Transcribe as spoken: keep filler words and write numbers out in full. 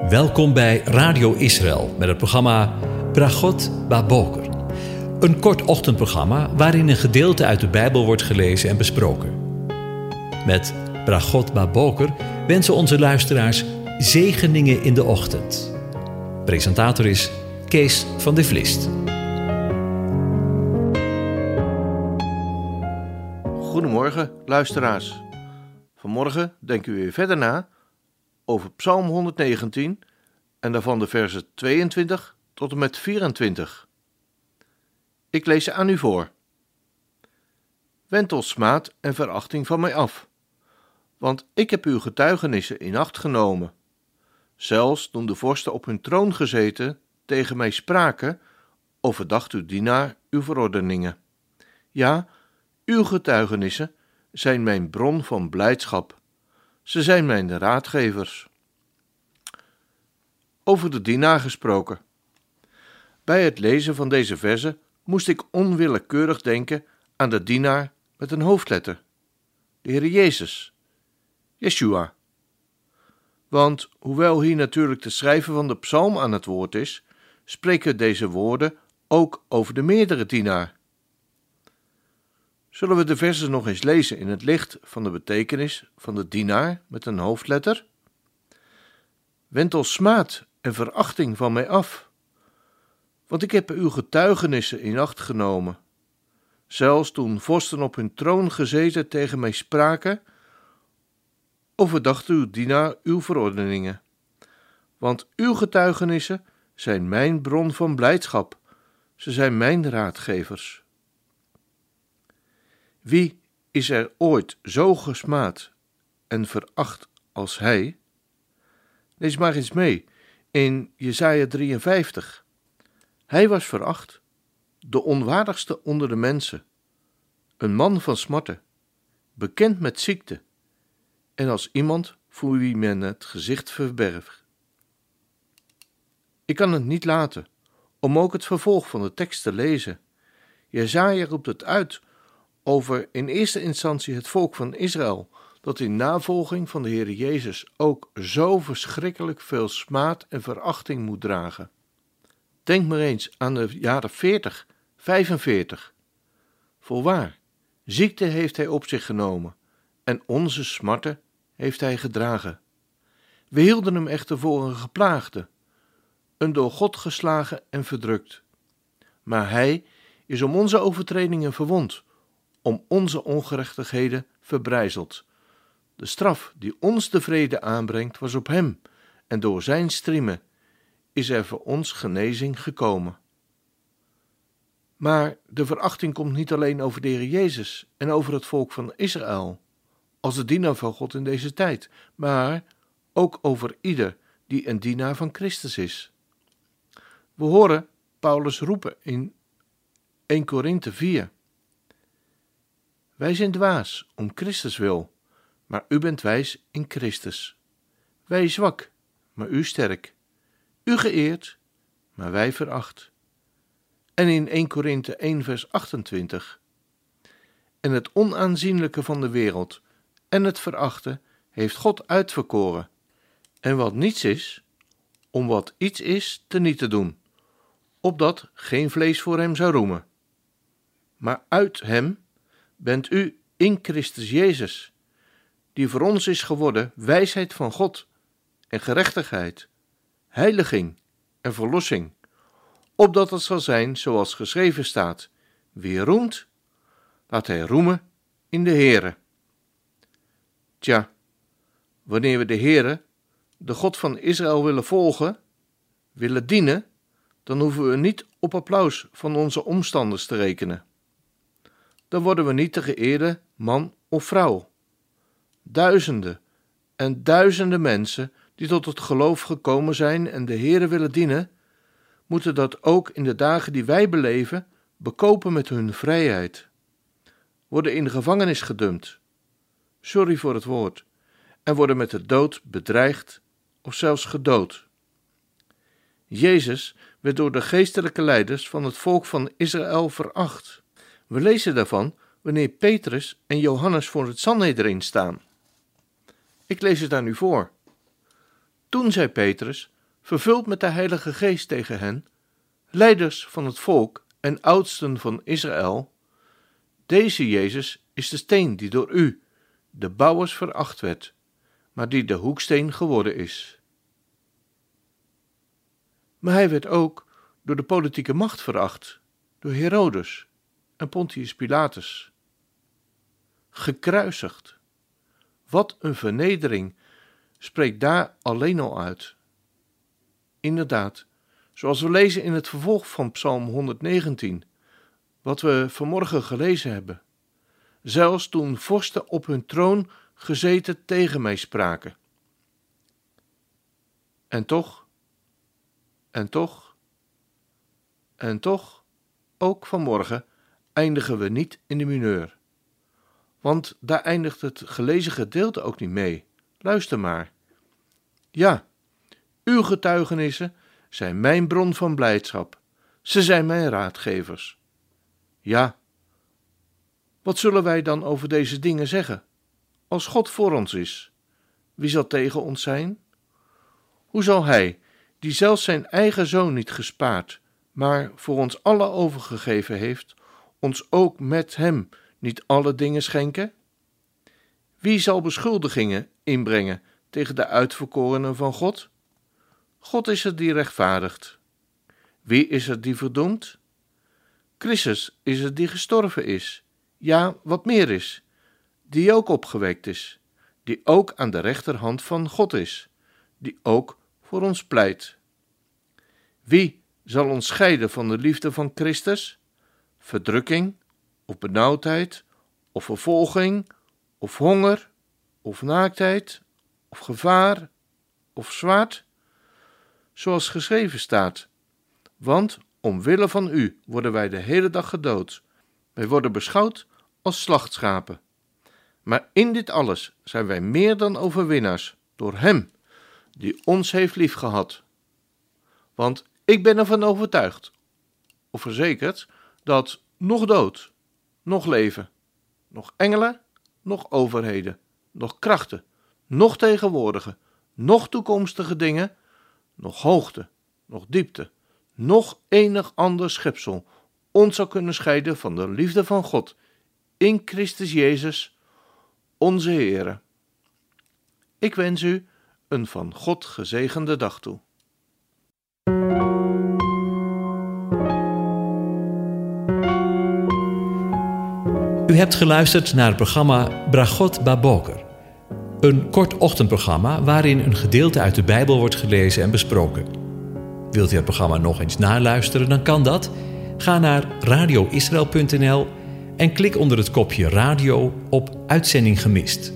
Welkom bij Radio Israël met het programma Bragot Baboker. Een kort ochtendprogramma waarin een gedeelte uit de Bijbel wordt gelezen en besproken. Met Bragot Baboker wensen onze luisteraars zegeningen in de ochtend. Presentator is Kees van de Vlist. Goedemorgen luisteraars. Vanmorgen denken we weer verder na over Psalm honderdnegentien en daarvan de versen tweeëntwintig tot en met vierentwintig. Ik lees ze aan u voor. Wend ons smaad en verachting van mij af, want ik heb uw getuigenissen in acht genomen. Zelfs toen de vorsten op hun troon gezeten tegen mij spraken, overdacht uw dienaar uw verordeningen. Ja, uw getuigenissen zijn mijn bron van blijdschap. Ze zijn mijn raadgevers. Over de dienaar gesproken. Bij het lezen van deze verzen moest ik onwillekeurig denken aan de dienaar met een hoofdletter, de Heer Jezus, Yeshua. Want hoewel hier natuurlijk de schrijver van de psalm aan het woord is, spreken deze woorden ook over de meerdere dienaar. Zullen we de versen nog eens lezen in het licht van de betekenis van de dienaar met een hoofdletter? Wend ons smaad en verachting van mij af, want ik heb uw getuigenissen in acht genomen. Zelfs toen vorsten op hun troon gezeten tegen mij spraken, overdacht uw dienaar uw verordeningen. Want uw getuigenissen zijn mijn bron van blijdschap, ze zijn mijn raadgevers. Wie is er ooit zo gesmaad en veracht als hij? Lees maar eens mee in Jesaja drieënvijftig. Hij was veracht, de onwaardigste onder de mensen, een man van smarten, bekend met ziekte en als iemand voor wie men het gezicht verbergt. Ik kan het niet laten om ook het vervolg van de tekst te lezen. Jesaja roept het uit over in eerste instantie het volk van Israël, dat in navolging van de Heer Jezus ook zo verschrikkelijk veel smaad en verachting moet dragen. Denk maar eens aan de jaren veertig, vijfenveertig. Voorwaar, ziekte heeft hij op zich genomen en onze smarten heeft hij gedragen. We hielden hem echter voor een geplaagde, een door God geslagen en verdrukt. Maar hij is om onze overtredingen verwond, om onze ongerechtigheden verbrijzeld. De straf die ons de vrede aanbrengt was op hem, en door zijn striemen is er voor ons genezing gekomen. Maar de verachting komt niet alleen over de Heer Jezus en over het volk van Israël, als de dienaar van God in deze tijd, maar ook over ieder die een dienaar van Christus is. We horen Paulus roepen in eerste Korinthe vier. Wij zijn dwaas om Christus wil, maar u bent wijs in Christus. Wij zwak, maar u sterk. U geëerd, maar wij veracht. En in eerste Korinthe één vers achtentwintig. En het onaanzienlijke van de wereld en het verachten heeft God uitverkoren. En wat niets is, om wat iets is teniet te doen, opdat geen vlees voor hem zou roemen. Maar uit hem bent u in Christus Jezus, die voor ons is geworden wijsheid van God en gerechtigheid, heiliging en verlossing, opdat het zal zijn zoals geschreven staat, wie roemt, laat hij roemen in de Heere. Tja, wanneer we de Heere, de God van Israël willen volgen, willen dienen, dan hoeven we niet op applaus van onze omstanders te rekenen. Dan worden we niet de geëerde man of vrouw. Duizenden en duizenden mensen die tot het geloof gekomen zijn en de Heere willen dienen, moeten dat ook in de dagen die wij beleven bekopen met hun vrijheid. Worden in de gevangenis gedumpt, sorry voor het woord, en worden met de dood bedreigd of zelfs gedood. Jezus werd door de geestelijke leiders van het volk van Israël veracht. We lezen daarvan wanneer Petrus en Johannes voor het Sanhedrin staan. Ik lees het aan u voor. Toen zei Petrus: vervuld met de Heilige Geest tegen hen, leiders van het volk en oudsten van Israël: deze Jezus is de steen die door u, de bouwers, veracht werd, maar die de hoeksteen geworden is. Maar hij werd ook door de politieke macht veracht, door Herodes en Pontius Pilatus. Gekruisigd. Wat een vernedering spreekt daar alleen al uit. Inderdaad, zoals we lezen in het vervolg van Psalm honderdnegentien, wat we vanmorgen gelezen hebben. Zelfs toen vorsten op hun troon gezeten tegen mij spraken. En toch, en toch, en toch, ook vanmorgen eindigen we niet in de mineur. Want daar eindigt het gelezen gedeelte ook niet mee. Luister maar. Ja, uw getuigenissen zijn mijn bron van blijdschap. Ze zijn mijn raadgevers. Ja, wat zullen wij dan over deze dingen zeggen? Als God voor ons is, wie zal tegen ons zijn? Hoe zal Hij, die zelfs zijn eigen zoon niet gespaard, maar voor ons allen overgegeven heeft, ons ook met Hem niet alle dingen schenken? Wie zal beschuldigingen inbrengen tegen de uitverkorenen van God? God is het die rechtvaardigt. Wie is het die verdoemt? Christus is het die gestorven is, ja, wat meer is, die ook opgewekt is, die ook aan de rechterhand van God is, die ook voor ons pleit. Wie zal ons scheiden van de liefde van Christus? Verdrukking, of benauwdheid, of vervolging, of honger, of naaktheid, of gevaar, of zwaard? Zoals geschreven staat: want omwille van u worden wij de hele dag gedood. Wij worden beschouwd als slachtschapen. Maar in dit alles zijn wij meer dan overwinnaars door Hem die ons heeft liefgehad. Want ik ben ervan overtuigd, of verzekerd, dat nog dood, nog leven, nog engelen, nog overheden, nog krachten, nog tegenwoordige, nog toekomstige dingen, nog hoogte, nog diepte, nog enig ander schepsel ons zou kunnen scheiden van de liefde van God in Christus Jezus, onze Heere. Ik wens u een van God gezegende dag toe. U hebt geluisterd naar het programma Bragot Baboker. Een kort ochtendprogramma waarin een gedeelte uit de Bijbel wordt gelezen en besproken. Wilt u het programma nog eens naluisteren, dan kan dat. Ga naar radio israël punt n l en klik onder het kopje radio op Uitzending gemist.